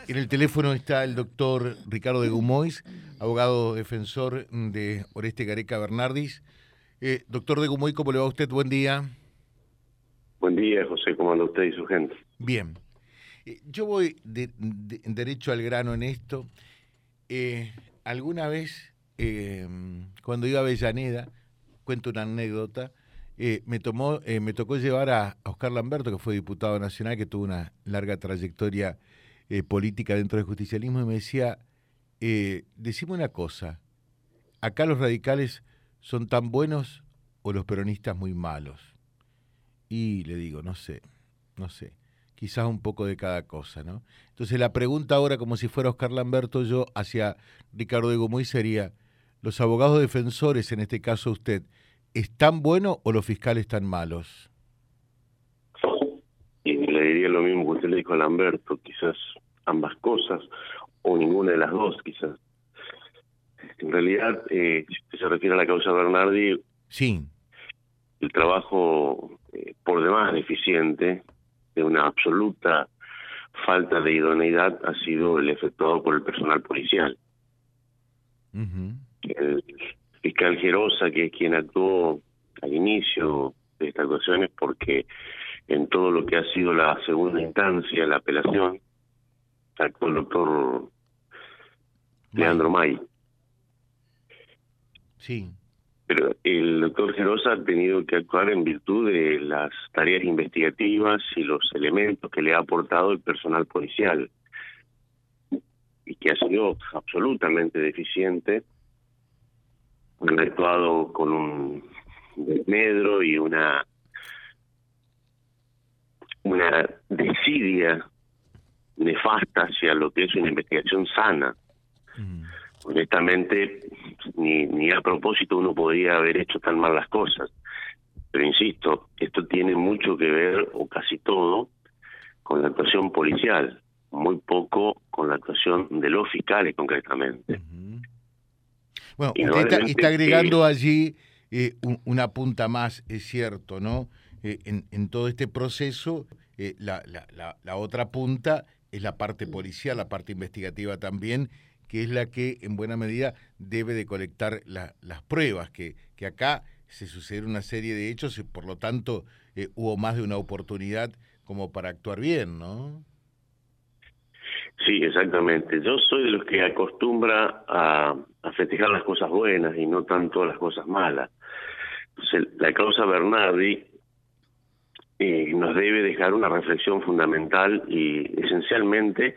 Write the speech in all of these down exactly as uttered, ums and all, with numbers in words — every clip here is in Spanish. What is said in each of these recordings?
En el teléfono está el doctor Ricardo de Gumois, abogado defensor de Oreste Gareca Bernardis. Eh, doctor de Gumois, ¿cómo le va a usted? Buen día. Buen día, José. ¿Cómo anda usted y su gente? Bien. Eh, yo voy de, de, derecho al grano en esto. Eh, alguna vez, eh, cuando iba a Avellaneda, cuento una anécdota, eh, me, tomó, eh, me tocó llevar a, a Oscar Lamberto, que fue diputado nacional, que tuvo una larga trayectoria eh, política dentro del justicialismo, y me decía, eh, decime una cosa, ¿acá los radicales son tan buenos o los peronistas muy malos? Y le digo, no sé, no sé, quizás un poco de cada cosa, ¿no? Entonces la pregunta ahora, como si fuera Oscar Lamberto, yo hacia Ricardo de Gumois sería, ¿los abogados defensores, en este caso usted, están buenos o los fiscales están malos? Y le diría lo mismo que usted le dijo a Lamberto, quizás ambas cosas, o ninguna de las dos, quizás. En realidad, eh, si usted se refiere a la causa Bernardi, sí, el trabajo eh, por demás deficiente, de una absoluta falta de idoneidad, ha sido el efectuado por el personal policial. Uh-huh. El fiscal Gerosa, que es quien actuó al inicio de esta actuación, es porque en todo lo que ha sido la segunda instancia, la apelación, actuó el doctor Leandro May. Sí. Pero el doctor Gerosa ha tenido que actuar en virtud de las tareas investigativas y los elementos que le ha aportado el personal policial, y que ha sido absolutamente deficiente. Han actuado con un desmedro y una una desidia nefasta hacia lo que es una investigación sana. Mm. Honestamente, ni, ni a propósito uno podría haber hecho tan mal las cosas. Pero insisto, esto tiene mucho que ver, o casi todo, con la actuación policial, muy poco con la actuación de los fiscales concretamente. Uh-huh. Bueno, usted está, está agregando que... allí eh, un, una punta más, es cierto, ¿no? Eh, en, en todo este proceso, eh, la, la, la, la otra punta es la parte policial, la parte investigativa también, que es la que en buena medida debe de colectar la, las pruebas, que, que acá se sucedieron una serie de hechos y por lo tanto eh, hubo más de una oportunidad como para actuar bien, ¿no? Sí, exactamente. Yo soy de los que acostumbra a, a festejar las cosas buenas y no tanto las cosas malas. Entonces, la causa Bernardi eh, nos debe dejar una reflexión fundamental y esencialmente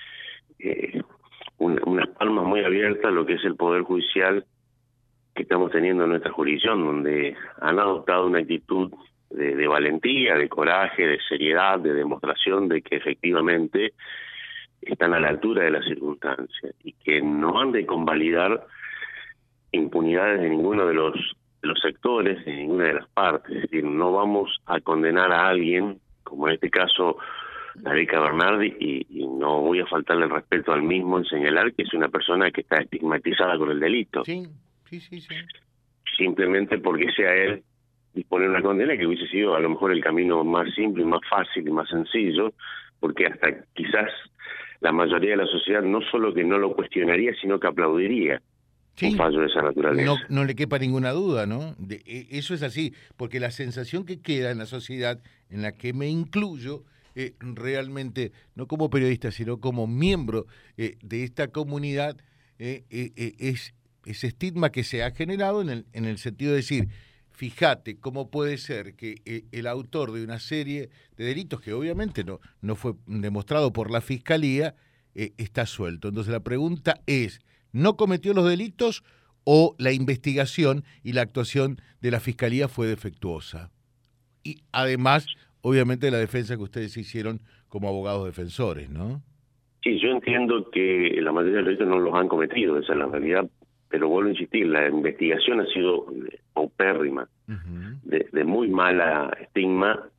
eh, una, unas palmas muy abiertas a lo que es el Poder Judicial que estamos teniendo en nuestra jurisdicción, donde han adoptado una actitud de, de valentía, de coraje, de seriedad, de demostración de que efectivamente están a la altura de las circunstancias y que no han de convalidar impunidades de ninguno de los, de los sectores, de ninguna de las partes. Es decir, no vamos a condenar a alguien, como en este caso Gareca Bernardi, y, y no voy a faltarle el respeto al mismo en señalar que es una persona que está estigmatizada por el delito. Sí, sí, sí, sí. Simplemente porque sea él disponer una condena, que hubiese sido a lo mejor el camino más simple, más fácil y más sencillo, porque hasta quizás la mayoría de la sociedad no solo que no lo cuestionaría, sino que aplaudiría sí, un fallo de esa naturaleza. No, no le quepa ninguna duda, ¿no? De, eso es así, porque la sensación que queda en la sociedad, en la que me incluyo, eh, realmente, no como periodista, sino como miembro eh, de esta comunidad, eh, eh, eh, es ese estigma que se ha generado en el, en el sentido de decir, fíjate cómo puede ser que eh, el autor de una serie de delitos que obviamente no, no fue demostrado por la Fiscalía, eh, está suelto. Entonces la pregunta es, ¿no cometió los delitos o la investigación y la actuación de la Fiscalía fue defectuosa? Y además, obviamente, la defensa que ustedes hicieron como abogados defensores, ¿no? Sí, yo entiendo que la mayoría de los delitos no los han cometido, esa es la realidad. Pero vuelvo a insistir, la investigación ha sido paupérrima, uh-huh. de, de muy mala estigma,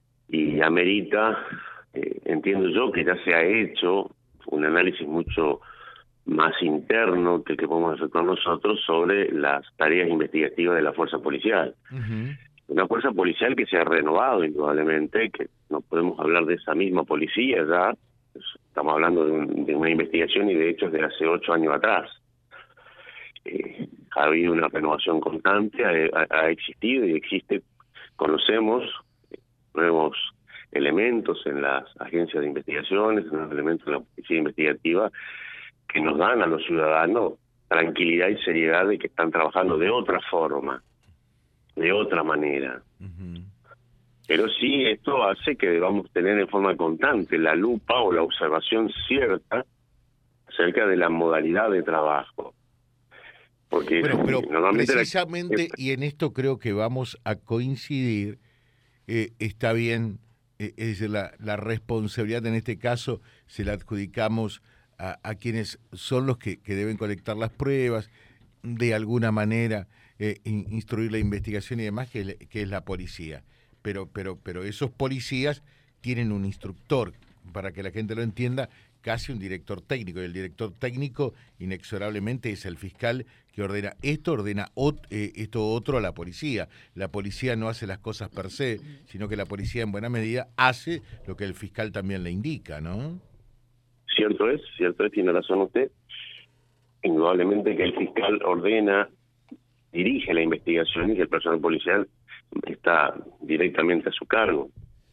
y amerita, eh, entiendo yo, que ya se ha hecho un análisis mucho más interno que el que podemos efectuar nosotros sobre las tareas investigativas de la fuerza policial. Uh-huh. Una fuerza policial que se ha renovado indudablemente, que no podemos hablar de esa misma policía ya, Estamos hablando de, un, de una investigación y de hechos de hace ocho años atrás. Eh, ha habido una renovación constante, ha, ha existido y existe, conocemos nuevos elementos en las agencias de investigaciones, nuevos elementos en la policía investigativa que nos dan a los ciudadanos tranquilidad y seriedad de que están trabajando de otra forma, de otra manera. Uh-huh. Pero sí, esto hace que debamos tener en forma constante la lupa o la observación cierta acerca de la modalidad de trabajo. Porque bueno, pero normalmente precisamente, la... y en esto creo que vamos a coincidir, eh, está bien, eh, es decir, la, la responsabilidad en este caso se la adjudicamos a, a quienes son los que, que deben colectar las pruebas, de alguna manera eh, instruir la investigación y demás, que, que es la policía. Pero, pero, pero esos policías tienen un instructor, para que la gente lo entienda, casi un director técnico, y el director técnico inexorablemente es el fiscal que ordena esto, ordena ot, eh, esto otro a la policía. La policía no hace las cosas per se, sino que la policía en buena medida hace lo que el fiscal también le indica, ¿no? Cierto es, cierto es, tiene razón usted. Indudablemente que el fiscal ordena, dirige la investigación y que el personal policial está directamente a su cargo.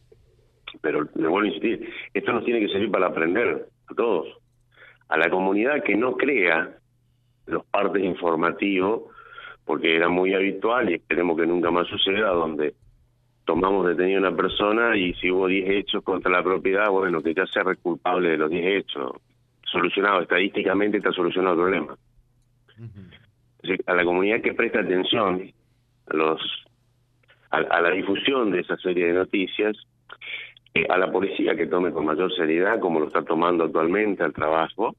Pero le vuelvo a insistir, esto nos tiene que servir para aprender a todos. A la comunidad que no crea los partes informativos, porque era muy habitual y esperemos que nunca más suceda, donde tomamos detenida a una persona y si hubo diez hechos contra la propiedad, bueno, que ya sea culpable de los diez hechos. Solucionado, estadísticamente está solucionado el problema. Uh-huh. A la comunidad que presta atención a los a, a la difusión de esa serie de noticias, eh, a la policía que tome con mayor seriedad, como lo está tomando actualmente al trabajo,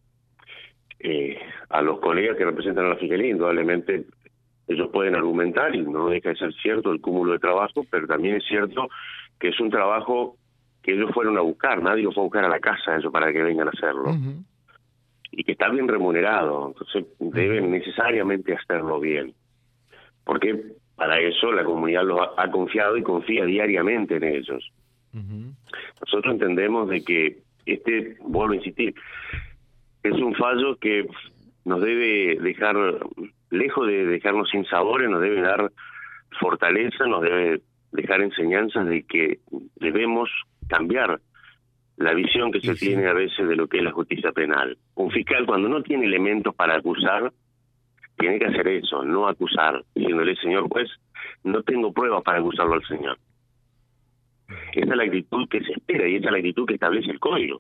eh, a los colegas que representan a la Fiscalía, indudablemente ellos pueden argumentar, y no deja de ser cierto el cúmulo de trabajo, pero también es cierto que es un trabajo que ellos fueron a buscar, nadie los fue a buscar a la casa eso para que vengan a hacerlo. Uh-huh. Y que está bien remunerado, entonces deben necesariamente hacerlo bien, porque para eso la comunidad los ha, ha confiado y confía diariamente en ellos. Uh-huh. Nosotros entendemos de que este, vuelvo a insistir, es un fallo que nos debe dejar, lejos de dejarnos sin sabores, nos debe dar fortaleza, nos debe dejar enseñanzas de que debemos cambiar la visión que se sí, tiene sí. a veces de lo que es la justicia penal. Un fiscal cuando no tiene elementos para acusar, tiene que hacer eso, no acusar, diciéndole, señor juez, no tengo pruebas para acusarlo al señor. Esa es la actitud que se espera y esa es la actitud que establece el código.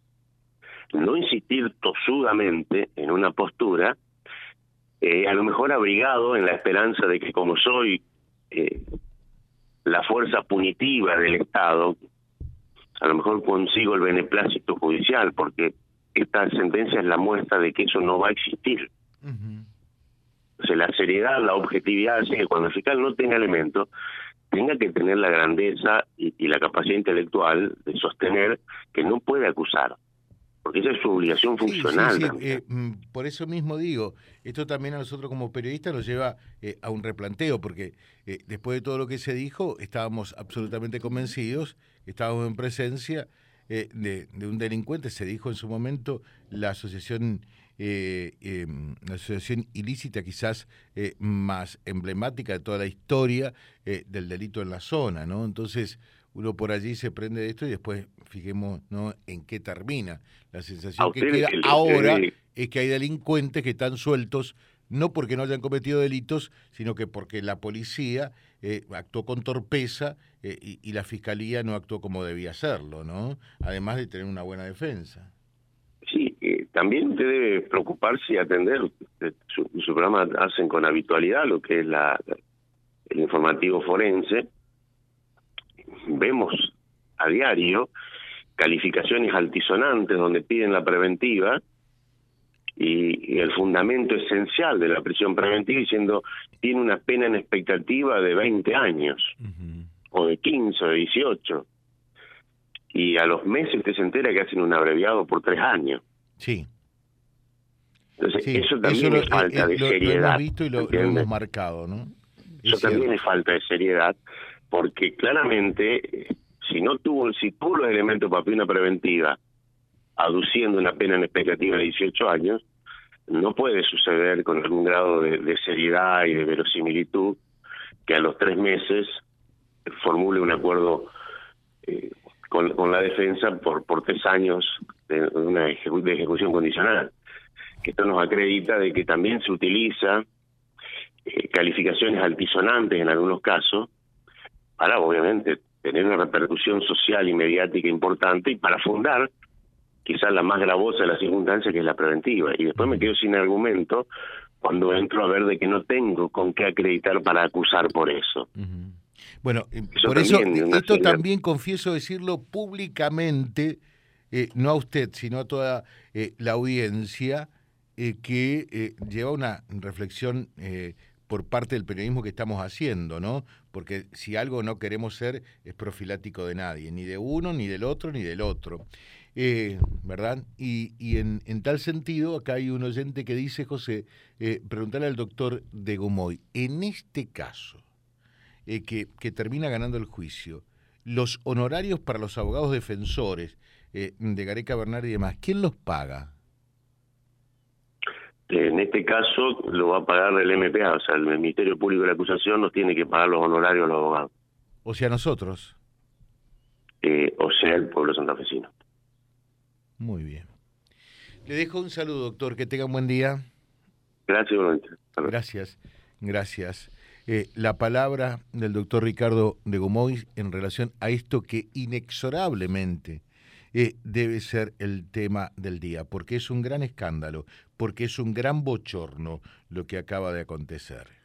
No insistir tosudamente en una postura, eh, a lo mejor abrigado en la esperanza de que como soy eh, la fuerza punitiva del Estado, a lo mejor consigo el beneplácito judicial, porque esta sentencia es la muestra de que eso no va a existir. Uh-huh. O sea, la seriedad, la objetividad, hace que cuando el fiscal no tenga elementos, tenga que tener la grandeza y, y la capacidad intelectual de sostener que no puede acusar, porque esa es su obligación funcional. Sí, sí, sí. Eh, por eso mismo digo, esto también a nosotros como periodistas nos lleva eh, a un replanteo, porque eh, después de todo lo que se dijo, estábamos absolutamente convencidos, estábamos en presencia eh, de, de un delincuente. Se dijo en su momento la asociación, eh, eh, la asociación ilícita quizás eh, más emblemática de toda la historia eh, del delito en la zona, ¿no? Entonces uno por allí se prende de esto y después fijemos, ¿no?, en qué termina. La sensación que queda que ahora que... es que hay delincuentes que están sueltos, no porque no hayan cometido delitos, sino que porque la policía eh, actuó con torpeza eh, y, y la fiscalía no actuó como debía hacerlo, ¿no? Además de tener una buena defensa. Sí, eh, también usted debe preocuparse y atender. Su, su programa hacen con habitualidad lo que es la, el informativo forense. Vemos a diario calificaciones altisonantes donde piden la preventiva y, y el fundamento esencial de la prisión preventiva diciendo tiene una pena en expectativa de veinte años uh-huh. o de quince o de dieciocho, y a los meses usted se entera que hacen un abreviado por tres años. Sí. Entonces sí. eso también eso es lo, falta eh, de lo, seriedad. Lo hemos visto y lo, lo hemos marcado, ¿no? Eso es también cierto. es falta de seriedad, porque claramente si no tuvo, si tuvo los elementos para pedir una preventiva aduciendo una pena en expectativa de dieciocho años, no puede suceder con algún grado de, de seriedad y de verosimilitud que a los tres meses formule un acuerdo eh, con, con la defensa por, por tres años de una ejecu de ejecución condicional. Que esto nos acredita de que también se utiliza eh, calificaciones altisonantes en algunos casos para, obviamente, tener una repercusión social y mediática importante y para fundar quizás la más gravosa de las circunstancias, que es la preventiva. Y después me quedo sin argumento cuando entro a ver de que no tengo con qué acreditar para acusar por eso. Uh-huh. Bueno, eso por eso, esto serie... también confieso decirlo públicamente, eh, no a usted, sino a toda eh, la audiencia, eh, que eh, lleva una reflexión eh, por parte del periodismo que estamos haciendo, ¿no? Porque si algo no queremos ser es profilático de nadie, ni de uno, ni del otro, ni del otro. Eh, ¿verdad? Y, y en, en tal sentido, acá hay un oyente que dice, José, eh, preguntarle al doctor de Gomoy, en este caso, eh, que, que termina ganando el juicio, los honorarios para los abogados defensores eh, de Gareca Bernardi y demás, ¿quién los paga? En este caso lo va a pagar el M P A, o sea, el Ministerio Público de la Acusación nos tiene que pagar los honorarios a los abogados. O sea, nosotros. Eh, o sea, el pueblo santafesino. Muy bien. Le dejo un saludo, doctor. Que tenga un buen día. Gracias, Gracias, gracias. Eh, la palabra del doctor Ricardo de Gomoy en relación a esto que inexorablemente eh, debe ser el tema del día, porque es un gran escándalo, porque es un gran bochorno lo que acaba de acontecer.